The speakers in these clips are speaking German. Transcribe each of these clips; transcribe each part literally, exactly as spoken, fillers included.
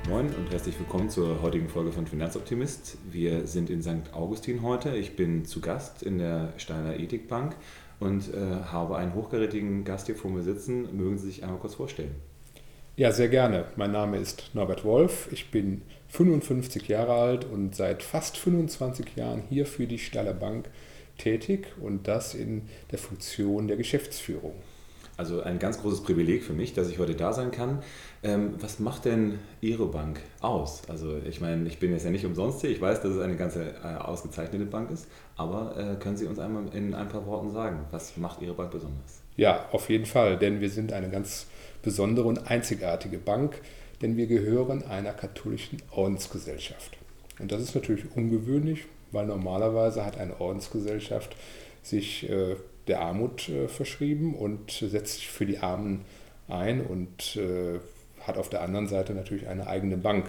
Moin und herzlich willkommen zur heutigen Folge von Finanzoptimist. Wir sind in Sankt Augustin heute. Ich bin zu Gast in der Steiner Ethikbank und äh, habe einen hochkarätigen Gast hier vor mir sitzen. Mögen Sie sich einmal kurz vorstellen? Ja, sehr gerne. Mein Name ist Norbert Wolf. Ich bin fünfundfünfzig Jahre alt und seit fast fünfundzwanzig Jahren hier für die Steiler Bank tätig und das in der Funktion der Geschäftsführung. Also ein ganz großes Privileg für mich, dass ich heute da sein kann. Ähm, was macht denn Ihre Bank aus? Also ich meine, ich bin jetzt ja nicht umsonst hier. Ich weiß, dass es eine ganz äh, ausgezeichnete Bank ist. Aber äh, können Sie uns einmal in ein paar Worten sagen, was macht Ihre Bank besonders? Ja, auf jeden Fall, denn wir sind eine ganz besondere und einzigartige Bank, denn wir gehören einer katholischen Ordensgesellschaft. Und das ist natürlich ungewöhnlich, weil normalerweise hat eine Ordensgesellschaft sich äh, der Armut äh, verschrieben und setzt sich für die Armen ein und äh, hat auf der anderen Seite natürlich eine eigene Bank.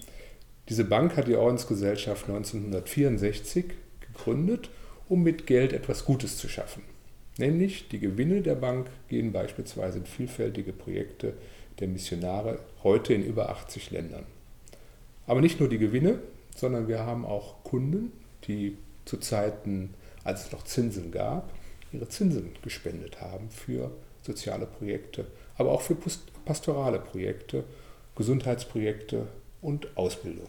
Diese Bank hat die Ordensgesellschaft neunzehnhundertvierundsechzig gegründet, um mit Geld etwas Gutes zu schaffen. Nämlich die Gewinne der Bank gehen beispielsweise in vielfältige Projekte der Missionare, heute in über achtzig Ländern. Aber nicht nur die Gewinne, sondern wir haben auch Kunden, die zu Zeiten, als es noch Zinsen gab, ihre Zinsen gespendet haben für soziale Projekte, aber auch für pastorale Projekte, Gesundheitsprojekte und Ausbildung.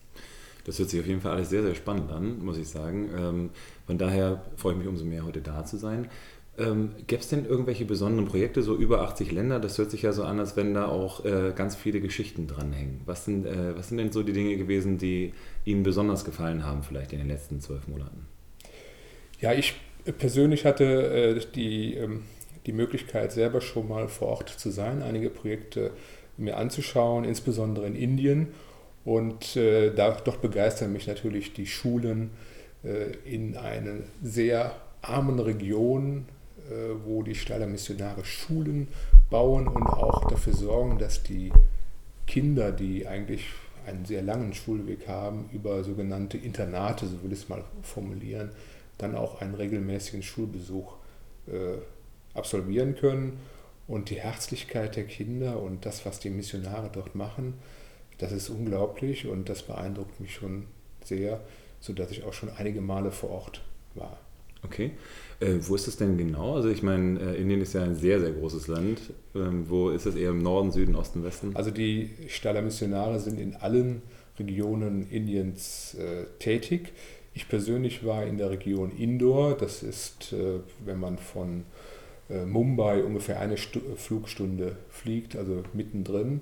Das hört sich auf jeden Fall alles sehr, sehr spannend an, muss ich sagen. Ähm, von daher freue ich mich umso mehr, heute da zu sein. Ähm, Gäbe es denn irgendwelche besonderen Projekte, so über achtzig Länder? Das hört sich ja so an, als wenn da auch äh, ganz viele Geschichten dranhängen. Was sind, äh, was sind denn so die Dinge gewesen, die Ihnen besonders gefallen haben, vielleicht in den letzten zwölf Monaten? Ja, ich persönlich hatte äh, die, ähm, die Möglichkeit, selber schon mal vor Ort zu sein, einige Projekte mir anzuschauen, insbesondere in Indien. Und äh, da, dort begeistern mich natürlich die Schulen äh, in einer sehr armen Region, äh, wo die Steiler Missionare Schulen bauen und auch dafür sorgen, dass die Kinder, die eigentlich einen sehr langen Schulweg haben, über sogenannte Internate, so will ich es mal formulieren, dann auch einen regelmäßigen Schulbesuch äh, absolvieren können. Und die Herzlichkeit der Kinder und das, was die Missionare dort machen, das ist unglaublich und das beeindruckt mich schon sehr, sodass ich auch schon einige Male vor Ort war. Okay. Äh, wo ist das denn genau? Also ich meine, äh, Indien ist ja ein sehr, sehr großes Land. Ähm, wo ist das eher im Norden, Süden, Osten, Westen? Also die Steiler Missionare sind in allen Regionen Indiens äh, tätig. Ich persönlich war in der Region Indore. Das ist, äh, wenn man von äh, Mumbai ungefähr eine Stu- Flugstunde fliegt, also mittendrin.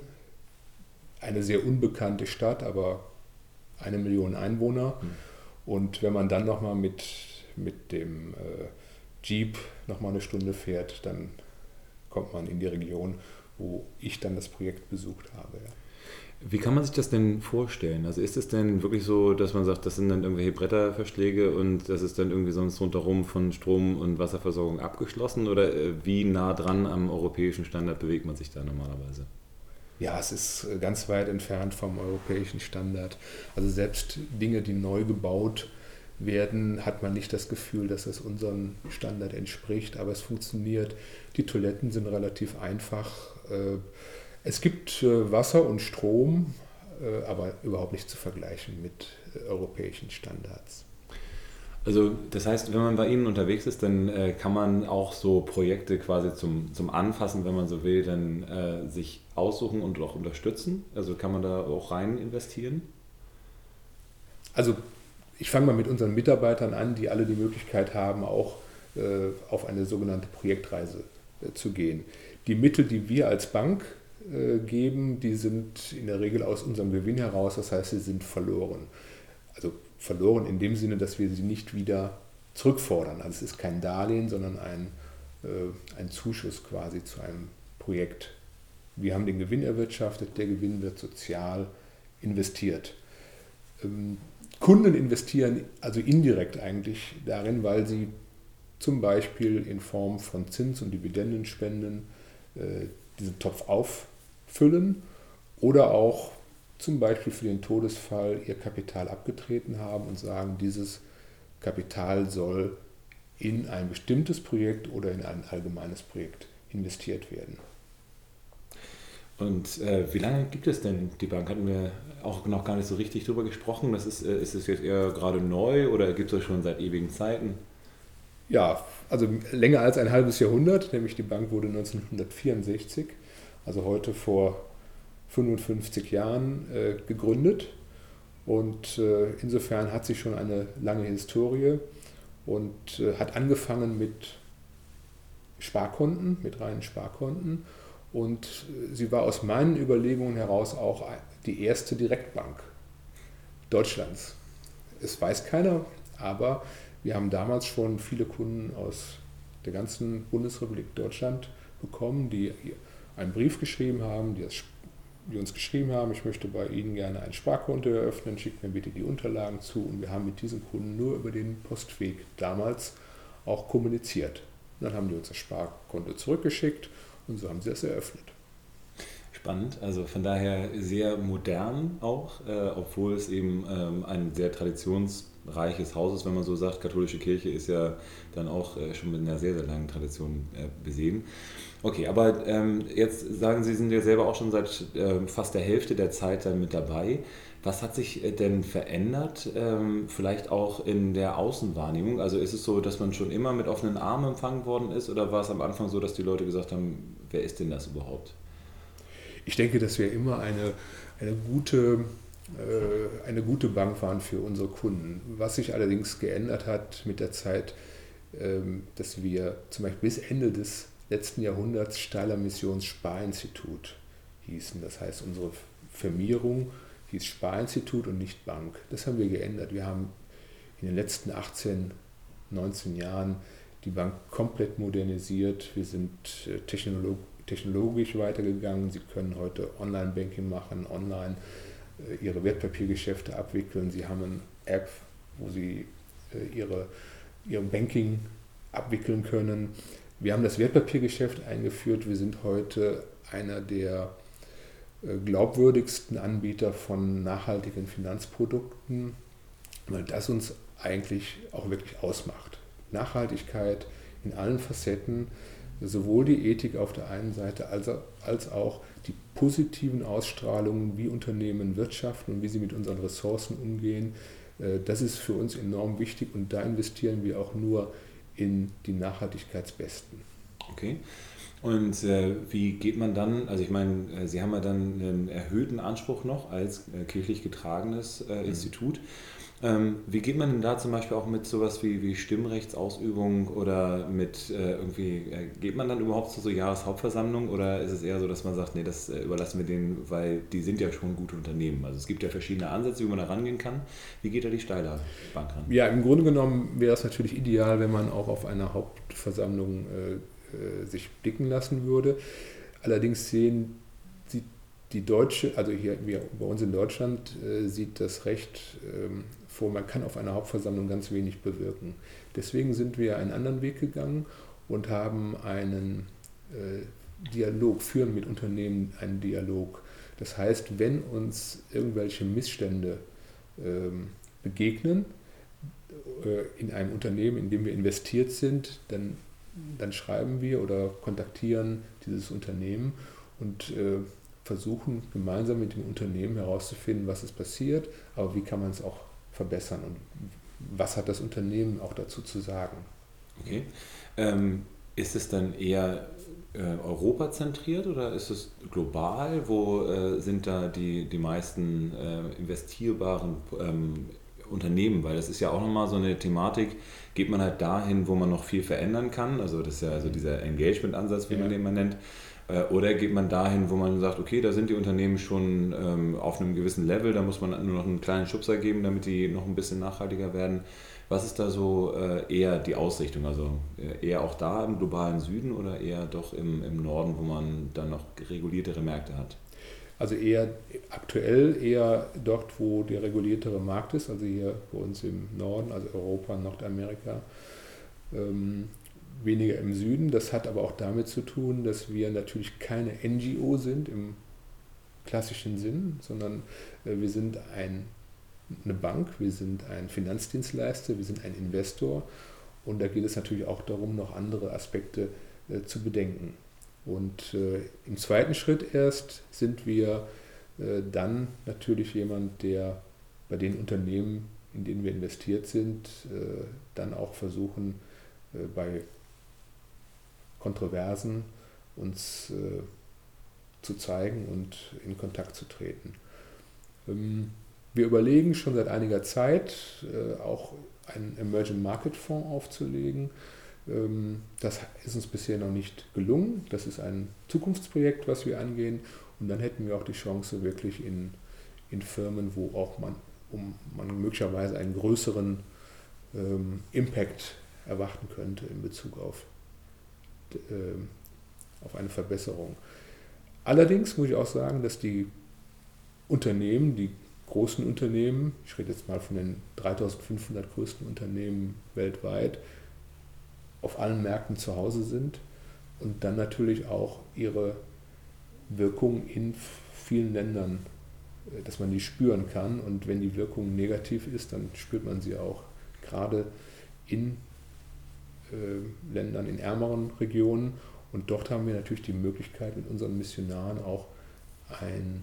Eine sehr unbekannte Stadt, aber eine Million Einwohner. Hm. Und wenn man dann nochmal mit, mit dem äh, Jeep nochmal eine Stunde fährt, dann kommt man in die Region, wo ich dann das Projekt besucht habe. Ja. Wie kann man sich das denn vorstellen? Also ist es denn wirklich so, dass man sagt, das sind dann irgendwelche Bretterverschläge und das ist dann irgendwie sonst rundherum von Strom- und Wasserversorgung abgeschlossen? Oder äh, wie nah dran am europäischen Standard bewegt man sich da normalerweise? Ja, es ist ganz weit entfernt vom europäischen Standard. Also selbst Dinge, die neu gebaut werden, hat man nicht das Gefühl, dass es unserem Standard entspricht, aber es funktioniert. Die Toiletten sind relativ einfach. Es gibt Wasser und Strom, aber überhaupt nicht zu vergleichen mit europäischen Standards. Also das heißt, wenn man bei Ihnen unterwegs ist, dann äh, kann man auch so Projekte quasi zum, zum Anfassen, wenn man so will, dann äh, sich aussuchen und auch unterstützen. Also kann man da auch rein investieren? Also ich fange mal mit unseren Mitarbeitern an, die alle die Möglichkeit haben, auch äh, auf eine sogenannte Projektreise äh, zu gehen. Die Mittel, die wir als Bank äh, geben, die sind in der Regel aus unserem Gewinn heraus, das heißt, sie sind verloren. Also verloren in dem Sinne, dass wir sie nicht wieder zurückfordern. Also es ist kein Darlehen, sondern ein, äh, ein Zuschuss quasi zu einem Projekt. Wir haben den Gewinn erwirtschaftet, der Gewinn wird sozial investiert. Ähm, Kunden investieren also indirekt eigentlich darin, weil sie zum Beispiel in Form von Zins- und Dividendenspenden äh, diesen Topf auffüllen oder auch zum Beispiel für den Todesfall ihr Kapital abgetreten haben und sagen, dieses Kapital soll in ein bestimmtes Projekt oder in ein allgemeines Projekt investiert werden. Und äh, wie lange gibt es denn die Bank? Hatten wir auch noch gar nicht so richtig drüber gesprochen. Das ist, äh, ist es jetzt eher gerade neu oder gibt es das schon seit ewigen Zeiten? Ja, also länger als ein halbes Jahrhundert, nämlich die Bank wurde neunzehnhundertvierundsechzig, also heute vor fünfundfünfzig Jahren, äh, gegründet. Und äh, insofern hat sie schon eine lange Historie und äh, hat angefangen mit Sparkonten, mit reinen Sparkonten. Und äh, sie war aus meinen Überlegungen heraus auch die erste Direktbank Deutschlands. Es weiß keiner, aber wir haben damals schon viele Kunden aus der ganzen Bundesrepublik Deutschland bekommen, die einen Brief geschrieben haben, die, das, die uns geschrieben haben, ich möchte bei Ihnen gerne ein Sparkonto eröffnen, schickt mir bitte die Unterlagen zu. Und wir haben mit diesen Kunden nur über den Postweg damals auch kommuniziert. Und dann haben die uns das Sparkonto zurückgeschickt und so haben sie das eröffnet. Spannend, also von daher sehr modern auch, äh, obwohl es eben ähm, ein sehr traditionsreiches Haus ist, wenn man so sagt. Katholische Kirche ist ja dann auch äh, schon mit einer sehr, sehr langen Tradition äh, besehen. Okay, aber ähm, jetzt sagen Sie, Sie sind ja selber auch schon seit ähm, fast der Hälfte der Zeit dann mit dabei. Was hat sich denn verändert, ähm, vielleicht auch in der Außenwahrnehmung? Also ist es so, dass man schon immer mit offenen Armen empfangen worden ist oder war es am Anfang so, dass die Leute gesagt haben, wer ist denn das überhaupt? Ich denke, dass wir immer eine, eine, gute, äh, eine gute Bank waren für unsere Kunden. Was sich allerdings geändert hat mit der Zeit, ähm, dass wir zum Beispiel bis Ende des letzten Jahrhunderts Steiler Missions Sparinstitut hießen. Das heißt, unsere Firmierung hieß Sparinstitut und nicht Bank. Das haben wir geändert. Wir haben in den letzten achtzehn, neunzehn Jahren die Bank komplett modernisiert. Wir sind technologisch technologisch weitergegangen. Sie können heute Online-Banking machen, online äh, Ihre Wertpapiergeschäfte abwickeln. Sie haben eine App, wo Sie äh, Ihre, Ihr Banking abwickeln können. Wir haben das Wertpapiergeschäft eingeführt. Wir sind heute einer der äh, glaubwürdigsten Anbieter von nachhaltigen Finanzprodukten, weil das uns eigentlich auch wirklich ausmacht. Nachhaltigkeit in allen Facetten, sowohl die Ethik auf der einen Seite als, als auch die positiven Ausstrahlungen, wie Unternehmen wirtschaften und wie sie mit unseren Ressourcen umgehen. Das ist für uns enorm wichtig und da investieren wir auch nur in die Nachhaltigkeitsbesten. Okay. Und äh, wie geht man dann, also ich meine, äh, Sie haben ja dann einen erhöhten Anspruch noch als äh, kirchlich getragenes äh, mhm. Institut. Ähm, wie geht man denn da zum Beispiel auch mit sowas wie, wie Stimmrechtsausübung oder mit äh, irgendwie, äh, geht man dann überhaupt zu so Jahreshauptversammlungen oder ist es eher so, dass man sagt, nee, das äh, überlassen wir denen, weil die sind ja schon gute Unternehmen. Also es gibt ja verschiedene Ansätze, wie man da rangehen kann. Wie geht da die Steiler Bank ran? Ja, im Grunde genommen wäre es natürlich ideal, wenn man auch auf einer Hauptversammlung äh, äh, sich blicken lassen würde. Allerdings sehen die, die deutsche, also hier wir, bei uns in Deutschland äh, sieht das Recht ähm, vor, man kann auf einer Hauptversammlung ganz wenig bewirken. Deswegen sind wir einen anderen Weg gegangen und haben einen äh, Dialog, führen mit Unternehmen einen Dialog. Das heißt, wenn uns irgendwelche Missstände ähm, begegnen äh, in einem Unternehmen, in dem wir investiert sind, dann, dann schreiben wir oder kontaktieren dieses Unternehmen und äh, versuchen gemeinsam mit dem Unternehmen herauszufinden, was ist passiert, aber wie kann man es auch verbessern und was hat das Unternehmen auch dazu zu sagen. Okay. Ähm, ist es dann eher äh, europazentriert oder ist es global? Wo äh, sind da die, die meisten äh, investierbaren ähm, Unternehmen? Weil das ist ja auch nochmal so eine Thematik, geht man halt dahin, wo man noch viel verändern kann, also das ist ja also dieser Engagement-Ansatz, wie ja. man den mal nennt, oder geht man dahin, wo man sagt, okay, da sind die Unternehmen schon ähm, auf einem gewissen Level, da muss man nur noch einen kleinen Schubser geben, damit die noch ein bisschen nachhaltiger werden. Was ist da so äh, eher die Ausrichtung? Also äh, eher auch da im globalen Süden oder eher doch im, im Norden, wo man dann noch reguliertere Märkte hat? Also eher aktuell eher dort, wo der reguliertere Markt ist, also hier bei uns im Norden, also Europa, Nordamerika. Ähm, weniger im Süden. Das hat aber auch damit zu tun, dass wir natürlich keine N G O sind im klassischen Sinn, sondern äh, wir sind ein, eine Bank, wir sind ein Finanzdienstleister, wir sind ein Investor und da geht es natürlich auch darum, noch andere Aspekte äh, zu bedenken. Und äh, im zweiten Schritt erst sind wir äh, dann natürlich jemand, der bei den Unternehmen, in denen wir investiert sind, äh, dann auch versuchen, äh, bei Kontroversen uns äh, zu zeigen und in Kontakt zu treten. Ähm, wir überlegen schon seit einiger Zeit, äh, auch einen Emerging Market Fonds aufzulegen. Ähm, das ist uns bisher noch nicht gelungen. Das ist ein Zukunftsprojekt, was wir angehen. Und dann hätten wir auch die Chance, wirklich in, in Firmen, wo auch man, um, man möglicherweise einen größeren ähm, Impact erwarten könnte in Bezug auf, äh, auf eine Verbesserung. Allerdings muss ich auch sagen, dass die Unternehmen, die großen Unternehmen, ich rede jetzt mal von den dreitausendfünfhundert größten Unternehmen weltweit, auf allen Märkten zu Hause sind und dann natürlich auch ihre Wirkung in vielen Ländern, dass man die spüren kann. Und wenn die Wirkung negativ ist, dann spürt man sie auch gerade in äh, Ländern, in ärmeren Regionen. Und dort haben wir natürlich die Möglichkeit, mit unseren Missionaren auch ein,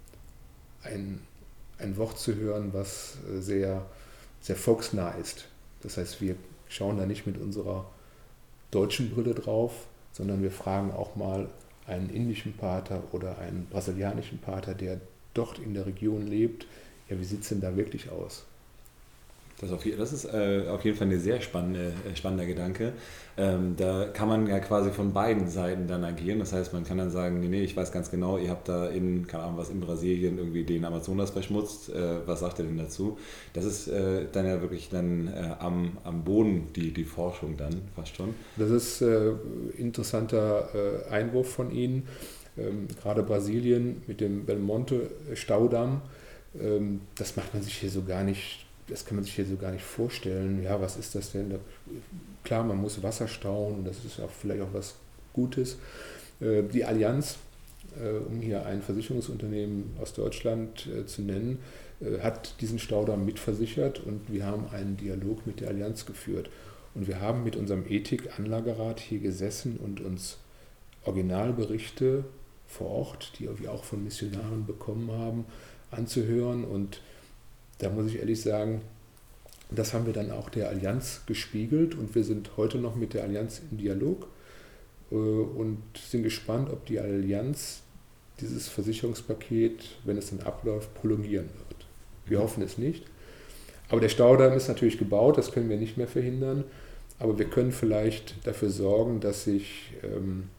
ein, ein Wort zu hören, was sehr, sehr volksnah ist. Das heißt, wir schauen da nicht mit unserer deutschen Brille drauf, sondern wir fragen auch mal einen indischen Pater oder einen brasilianischen Pater, der dort in der Region lebt, ja, wie sieht es denn da wirklich aus? Das, auf, das ist äh, auf jeden Fall ein sehr spannende, äh, spannender Gedanke. Ähm, da kann man ja quasi von beiden Seiten dann agieren. Das heißt, man kann dann sagen, nee, nee, ich weiß ganz genau, ihr habt da in, keine Ahnung was, in Brasilien irgendwie den Amazonas verschmutzt. Äh, was sagt ihr denn dazu? Das ist äh, dann ja wirklich dann äh, am, am Boden die, die Forschung dann fast schon. Das ist äh, interessanter äh, Einwurf von Ihnen. Ähm, gerade Brasilien mit dem Belmonte-Staudamm, ähm, das macht man sich hier so gar nicht. Das kann man sich hier so gar nicht vorstellen. Ja, was ist das denn? Da, klar, man muss Wasser stauen und das ist auch vielleicht auch was Gutes. Äh, die Allianz, äh, um hier ein Versicherungsunternehmen aus Deutschland äh, zu nennen, äh, hat diesen Staudamm mitversichert und wir haben einen Dialog mit der Allianz geführt. Und wir haben mit unserem Ethik-Anlagerat hier gesessen und uns Originalberichte vor Ort, die wir auch von Missionaren bekommen haben, anzuhören. Und da muss ich ehrlich sagen, das haben wir dann auch der Allianz gespiegelt und wir sind heute noch mit der Allianz im Dialog äh, und sind gespannt, ob die Allianz dieses Versicherungspaket, wenn es dann abläuft, prolongieren wird. Wir hoffen es nicht. Aber der Staudamm ist natürlich gebaut, das können wir nicht mehr verhindern. Aber wir können vielleicht dafür sorgen, dass sich ähm,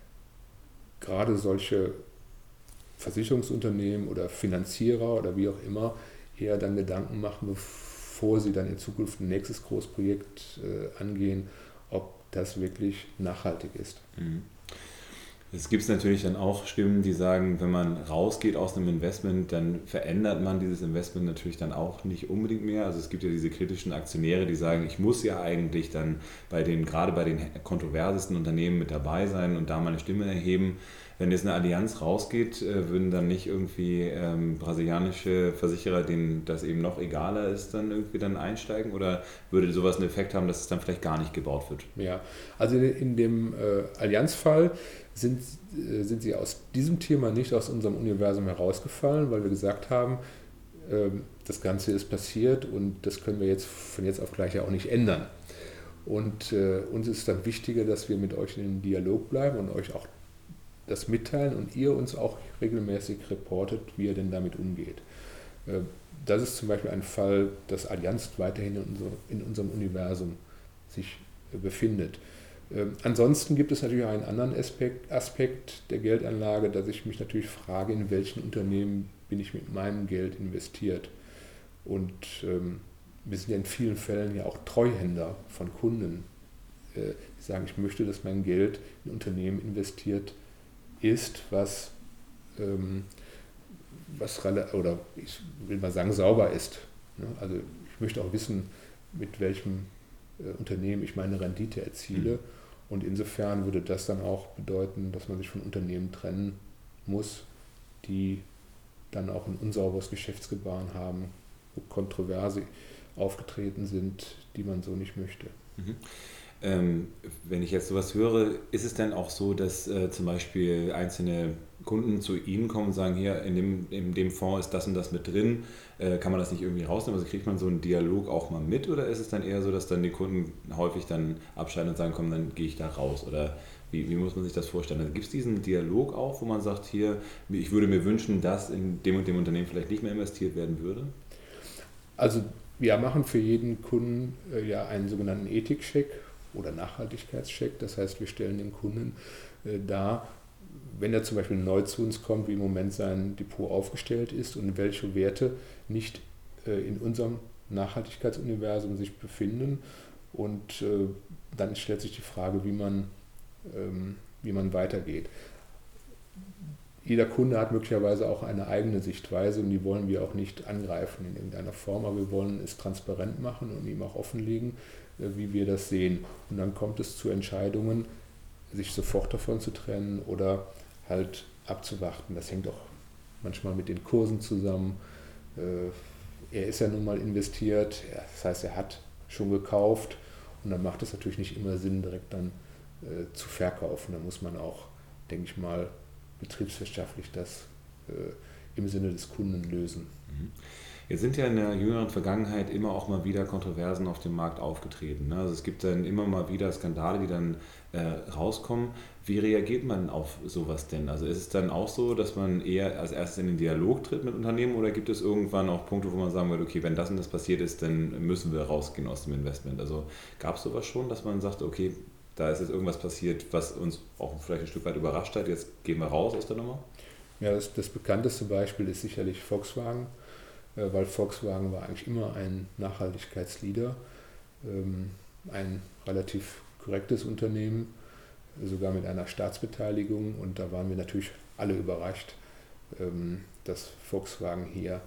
gerade solche Versicherungsunternehmen oder Finanzierer oder wie auch immer eher dann Gedanken machen, bevor sie dann in Zukunft ein nächstes Großprojekt äh, angehen, ob das wirklich nachhaltig ist. Mhm. Es gibt natürlich dann auch Stimmen, die sagen, wenn man rausgeht aus einem Investment, dann verändert man dieses Investment natürlich dann auch nicht unbedingt mehr. Also es gibt ja diese kritischen Aktionäre, die sagen, ich muss ja eigentlich dann bei den, gerade bei den kontroversesten Unternehmen mit dabei sein und da meine Stimme erheben. Wenn jetzt eine Allianz rausgeht, würden dann nicht irgendwie ähm, brasilianische Versicherer, denen das eben noch egaler ist, dann irgendwie dann einsteigen? Oder würde sowas einen Effekt haben, dass es dann vielleicht gar nicht gebaut wird? Ja, also in dem äh, Allianzfall sind, äh, sind sie aus diesem Thema nicht aus unserem Universum herausgefallen, weil wir gesagt haben, äh, das Ganze ist passiert und das können wir jetzt von jetzt auf gleich ja auch nicht ändern. Und äh, uns ist dann wichtiger, dass wir mit euch in den Dialog bleiben und euch auch das mitteilen und ihr uns auch regelmäßig reportet, wie ihr denn damit umgeht. Das ist zum Beispiel ein Fall, dass Allianz weiterhin in, unser, in unserem Universum sich befindet. Ansonsten gibt es natürlich einen anderen Aspekt, Aspekt der Geldanlage, dass ich mich natürlich frage, in welchen Unternehmen bin ich mit meinem Geld investiert. Und ähm, wir sind ja in vielen Fällen ja auch Treuhänder von Kunden, äh, die sagen, ich möchte, dass mein Geld in Unternehmen investiert ist, was, ähm, was oder ich will mal sagen, sauber ist. Ne? Also ich möchte auch wissen, mit welchem äh, Unternehmen ich meine Rendite erziele. Mhm. Und insofern würde das dann auch bedeuten, dass man sich von Unternehmen trennen muss, die dann auch ein unsauberes Geschäftsgebaren haben, wo Kontroverse aufgetreten sind, die man so nicht möchte. Mhm. Ähm, wenn ich jetzt sowas höre, ist es denn auch so, dass äh, zum Beispiel einzelne Kunden zu Ihnen kommen und sagen, hier in dem, in dem Fonds ist das und das mit drin, äh, kann man das nicht irgendwie rausnehmen? Also kriegt man so einen Dialog auch mal mit oder ist es dann eher so, dass dann die Kunden häufig dann abschalten und sagen, komm, dann gehe ich da raus? Oder wie, wie muss man sich das vorstellen? Also gibt es diesen Dialog auch, wo man sagt, hier, ich würde mir wünschen, dass in dem und dem Unternehmen vielleicht nicht mehr investiert werden würde? Also wir machen für jeden Kunden äh, ja einen sogenannten Ethik-Check oder Nachhaltigkeitscheck. Das heißt, wir stellen den Kunden äh, dar, wenn er zum Beispiel neu zu uns kommt, wie im Moment sein Depot aufgestellt ist und welche Werte nicht äh, in unserem Nachhaltigkeitsuniversum sich befinden. Und äh, dann stellt sich die Frage, wie man, ähm, wie man weitergeht. Jeder Kunde hat möglicherweise auch eine eigene Sichtweise und die wollen wir auch nicht angreifen in irgendeiner Form, aber wir wollen es transparent machen und ihm auch offenlegen, wie wir das sehen. Und dann kommt es zu Entscheidungen, sich sofort davon zu trennen oder halt abzuwarten. Das hängt auch manchmal mit den Kursen zusammen. Er ist ja nun mal investiert, das heißt, er hat schon gekauft und dann macht es natürlich nicht immer Sinn, direkt dann zu verkaufen. Da muss man auch, denke ich mal, betriebswirtschaftlich das im Sinne des Kunden lösen. Jetzt sind ja in der jüngeren Vergangenheit immer auch mal wieder Kontroversen auf dem Markt aufgetreten. Ne? Also es gibt dann immer mal wieder Skandale, die dann äh, rauskommen. Wie reagiert man auf sowas denn? Also ist es dann auch so, dass man eher als erstes in den Dialog tritt mit Unternehmen oder gibt es irgendwann auch Punkte, wo man sagen würde, okay, wenn das und das passiert ist, dann müssen wir rausgehen aus dem Investment? Also gab es sowas schon, dass man sagt, okay, da ist jetzt irgendwas passiert, was uns auch vielleicht ein Stück weit überrascht hat, jetzt gehen wir raus aus der Nummer? Ja, das, das bekannteste Beispiel ist sicherlich Volkswagen, weil Volkswagen war eigentlich immer ein Nachhaltigkeitsleader, ein relativ korrektes Unternehmen, sogar mit einer Staatsbeteiligung und da waren wir natürlich alle überrascht, dass Volkswagen hier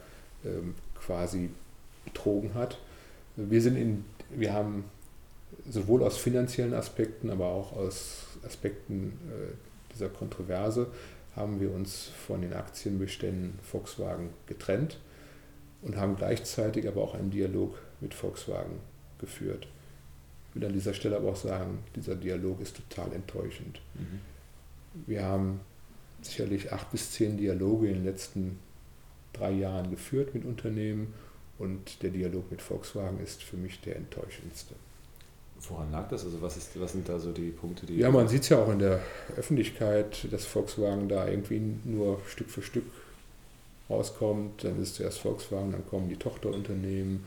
quasi betrogen hat. Wir, sind in, wir haben sowohl aus finanziellen Aspekten, aber auch aus Aspekten dieser Kontroverse haben wir uns von den Aktienbeständen Volkswagen getrennt und haben gleichzeitig aber auch einen Dialog mit Volkswagen geführt. Ich will an dieser Stelle aber auch sagen, dieser Dialog ist total enttäuschend. Mhm. Wir haben sicherlich acht bis zehn Dialoge in den letzten drei Jahren geführt mit Unternehmen und der Dialog mit Volkswagen ist für mich der enttäuschendste. Woran lag das? Also was, ist, was sind da so die Punkte, die... Ja, man sieht es ja auch in der Öffentlichkeit, dass Volkswagen da irgendwie nur Stück für Stück rauskommt. Dann ist zuerst Volkswagen, dann kommen die Tochterunternehmen.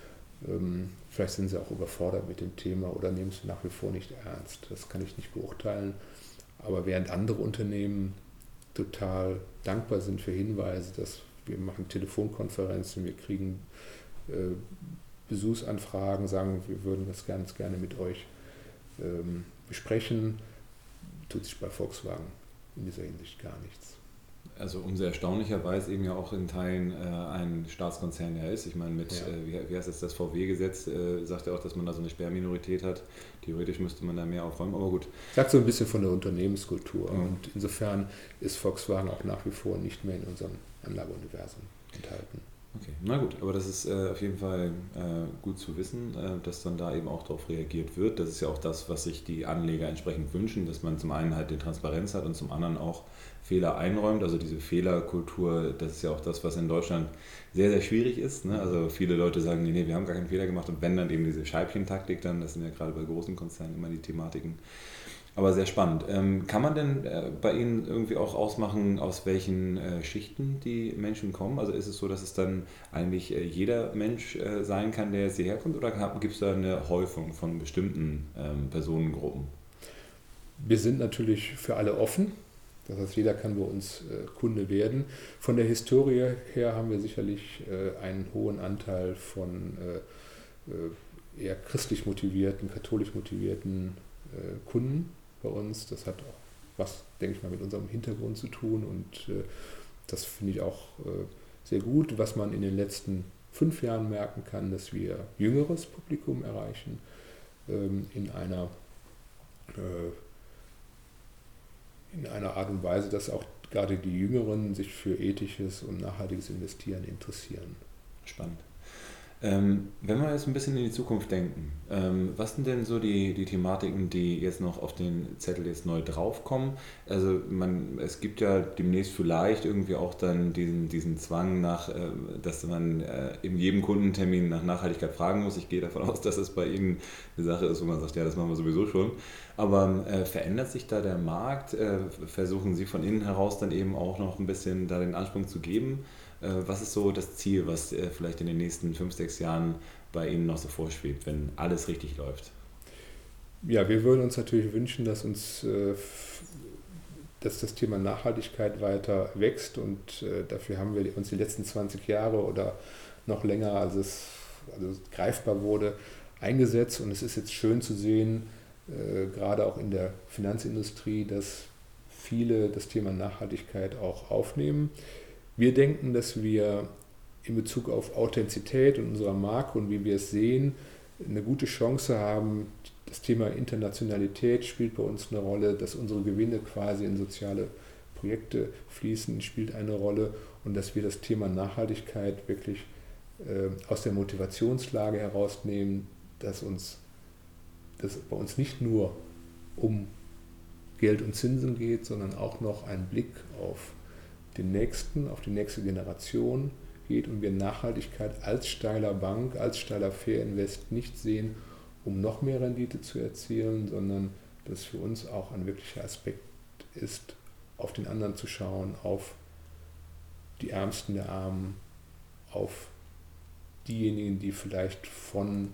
Ähm, vielleicht sind sie auch überfordert mit dem Thema oder nehmen es nach wie vor nicht ernst. Das kann ich nicht beurteilen. Aber während andere Unternehmen total dankbar sind für Hinweise, dass wir machen Telefonkonferenzen, wir kriegen äh, Besuchsanfragen, sagen, wir würden das ganz gerne mit euch ähm, besprechen, tut sich bei Volkswagen in dieser Hinsicht gar nichts. Also umso erstaunlicher, weil es eben ja auch in Teilen äh, ein Staatskonzern ja ist. Ich meine, mit, ja. äh, wie, wie heißt das, das V W-Gesetz, äh, sagt ja auch, dass man da so eine Sperrminorität hat. Theoretisch müsste man da mehr aufräumen, aber gut. Sagt so ein bisschen von der Unternehmenskultur mhm. und insofern ist Volkswagen auch nach wie vor nicht mehr in unserem Anlageuniversum enthalten. Okay, na gut, aber das ist äh, auf jeden Fall äh, gut zu wissen, äh, dass dann da eben auch darauf reagiert wird. Das ist ja auch das, was sich die Anleger entsprechend wünschen, dass man zum einen halt die Transparenz hat und zum anderen auch Fehler einräumt. Also diese Fehlerkultur, das ist ja auch das, was in Deutschland sehr, sehr schwierig ist. Ne? Also viele Leute sagen, nee, nee, wir haben gar keinen Fehler gemacht und wenn dann eben diese Scheibchentaktik dann, das sind ja gerade bei großen Konzernen immer die Thematiken. Aber sehr spannend. Ähm, kann man denn äh, bei Ihnen irgendwie auch ausmachen, aus welchen äh, Schichten die Menschen kommen? Also ist es so, dass es dann eigentlich äh, jeder Mensch äh, sein kann, der jetzt hierher kommt, oder gibt es da eine Häufung von bestimmten ähm, Personengruppen? Wir sind natürlich für alle offen. Das heißt, jeder kann bei uns äh, Kunde werden. Von der Historie her haben wir sicherlich äh, einen hohen Anteil von äh, eher christlich motivierten, katholisch motivierten äh, Kunden bei uns. Das hat auch was, denke ich mal, mit unserem Hintergrund zu tun und äh, das finde ich auch äh, sehr gut. Was man in den letzten fünf Jahren merken kann, dass wir jüngeres Publikum erreichen ähm, in einer äh, in einer Art und Weise, dass auch gerade die Jüngeren sich für ethisches und nachhaltiges Investieren interessieren. Spannend. Ähm, wenn wir jetzt ein bisschen in die Zukunft denken, ähm, was sind denn so die, die Thematiken, die jetzt noch auf den Zettel jetzt neu draufkommen? Also man, es gibt ja demnächst vielleicht irgendwie auch dann diesen, diesen Zwang nach, äh, dass man äh, in jedem Kundentermin nach Nachhaltigkeit fragen muss. Ich gehe davon aus, dass es bei Ihnen eine Sache ist, wo man sagt, ja, das machen wir sowieso schon. Aber äh, verändert sich da der Markt? Äh, versuchen Sie von innen heraus dann eben auch noch ein bisschen da den Ansprung zu geben? Was ist so das Ziel, was vielleicht in den nächsten fünf, sechs Jahren bei Ihnen noch so vorschwebt, wenn alles richtig läuft? Ja, wir würden uns natürlich wünschen, dass uns dass das Thema Nachhaltigkeit weiter wächst, und dafür haben wir uns die letzten zwanzig Jahre oder noch länger, als es, also es greifbar wurde, eingesetzt, und es ist jetzt schön zu sehen, gerade auch in der Finanzindustrie, dass viele das Thema Nachhaltigkeit auch aufnehmen. Wir denken, dass wir in Bezug auf Authentizität und unserer Marke und wie wir es sehen, eine gute Chance haben. Das Thema Internationalität spielt bei uns eine Rolle, dass unsere Gewinne quasi in soziale Projekte fließen, spielt eine Rolle, und dass wir das Thema Nachhaltigkeit wirklich äh, aus der Motivationslage herausnehmen, dass uns dass bei uns nicht nur um Geld und Zinsen geht, sondern auch noch ein Blick auf den nächsten, auf die nächste Generation geht, und wir Nachhaltigkeit als steiler Bank, als steiler Fair Invest nicht sehen, um noch mehr Rendite zu erzielen, sondern dass für uns auch ein wirklicher Aspekt ist, auf den anderen zu schauen, auf die Ärmsten der Armen, auf diejenigen, die vielleicht von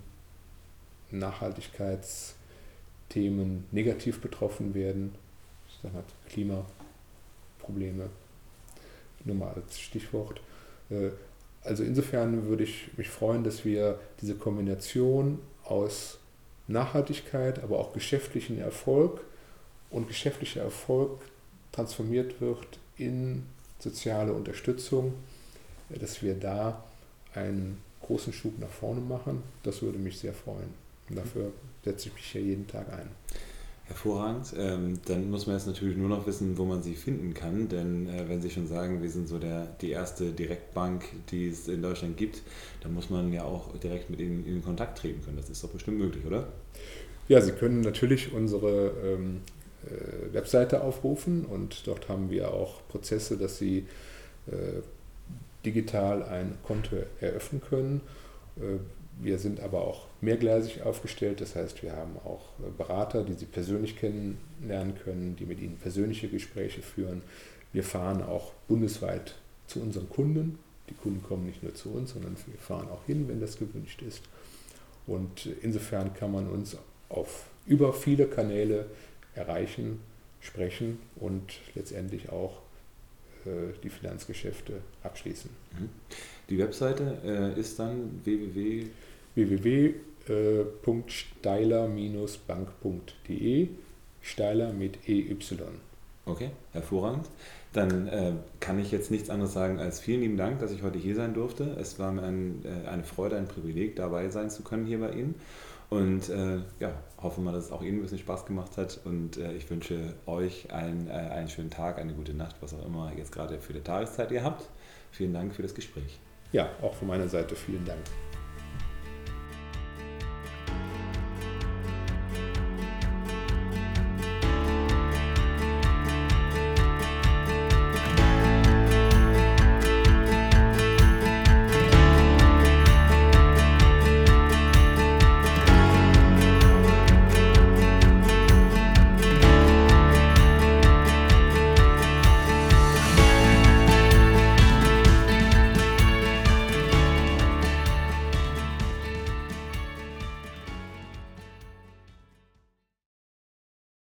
Nachhaltigkeitsthemen negativ betroffen werden, ich sage mal Klimaprobleme, nur mal als Stichwort. Also insofern würde ich mich freuen, dass wir diese Kombination aus Nachhaltigkeit, aber auch geschäftlichen Erfolg, und geschäftlicher Erfolg transformiert wird in soziale Unterstützung, dass wir da einen großen Schub nach vorne machen. Das würde mich sehr freuen. Und dafür setze ich mich hier jeden Tag ein. Hervorragend. Ähm, dann muss man jetzt natürlich nur noch wissen, wo man sie finden kann, denn äh, wenn Sie schon sagen, wir sind so der, die erste Direktbank, die es in Deutschland gibt, dann muss man ja auch direkt mit Ihnen in Kontakt treten können. Das ist doch bestimmt möglich, oder? Ja, Sie können natürlich unsere ähm, äh, Webseite aufrufen, und dort haben wir auch Prozesse, dass Sie äh, digital ein Konto eröffnen können. Äh, Wir sind aber auch mehrgleisig aufgestellt, das heißt, wir haben auch Berater, die Sie persönlich kennenlernen können, die mit Ihnen persönliche Gespräche führen. Wir fahren auch bundesweit zu unseren Kunden. Die Kunden kommen nicht nur zu uns, sondern wir fahren auch hin, wenn das gewünscht ist. Und insofern kann man uns auf über viele Kanäle erreichen, sprechen und letztendlich auch äh, die Finanzgeschäfte abschließen. Die Webseite äh, ist dann www w w w punkt steiler bank punkt d e, Steiler mit E Y. Okay, hervorragend. Dann äh, kann ich jetzt nichts anderes sagen als vielen lieben Dank, dass ich heute hier sein durfte. Es war mir ein, äh, eine Freude, ein Privileg, dabei sein zu können hier bei Ihnen. Und äh, ja, hoffen wir, dass es auch Ihnen ein bisschen Spaß gemacht hat. Und äh, ich wünsche euch einen, äh, einen schönen Tag, eine gute Nacht, was auch immer jetzt gerade für die Tageszeit ihr habt. Vielen Dank für das Gespräch. Ja, auch von meiner Seite vielen Dank.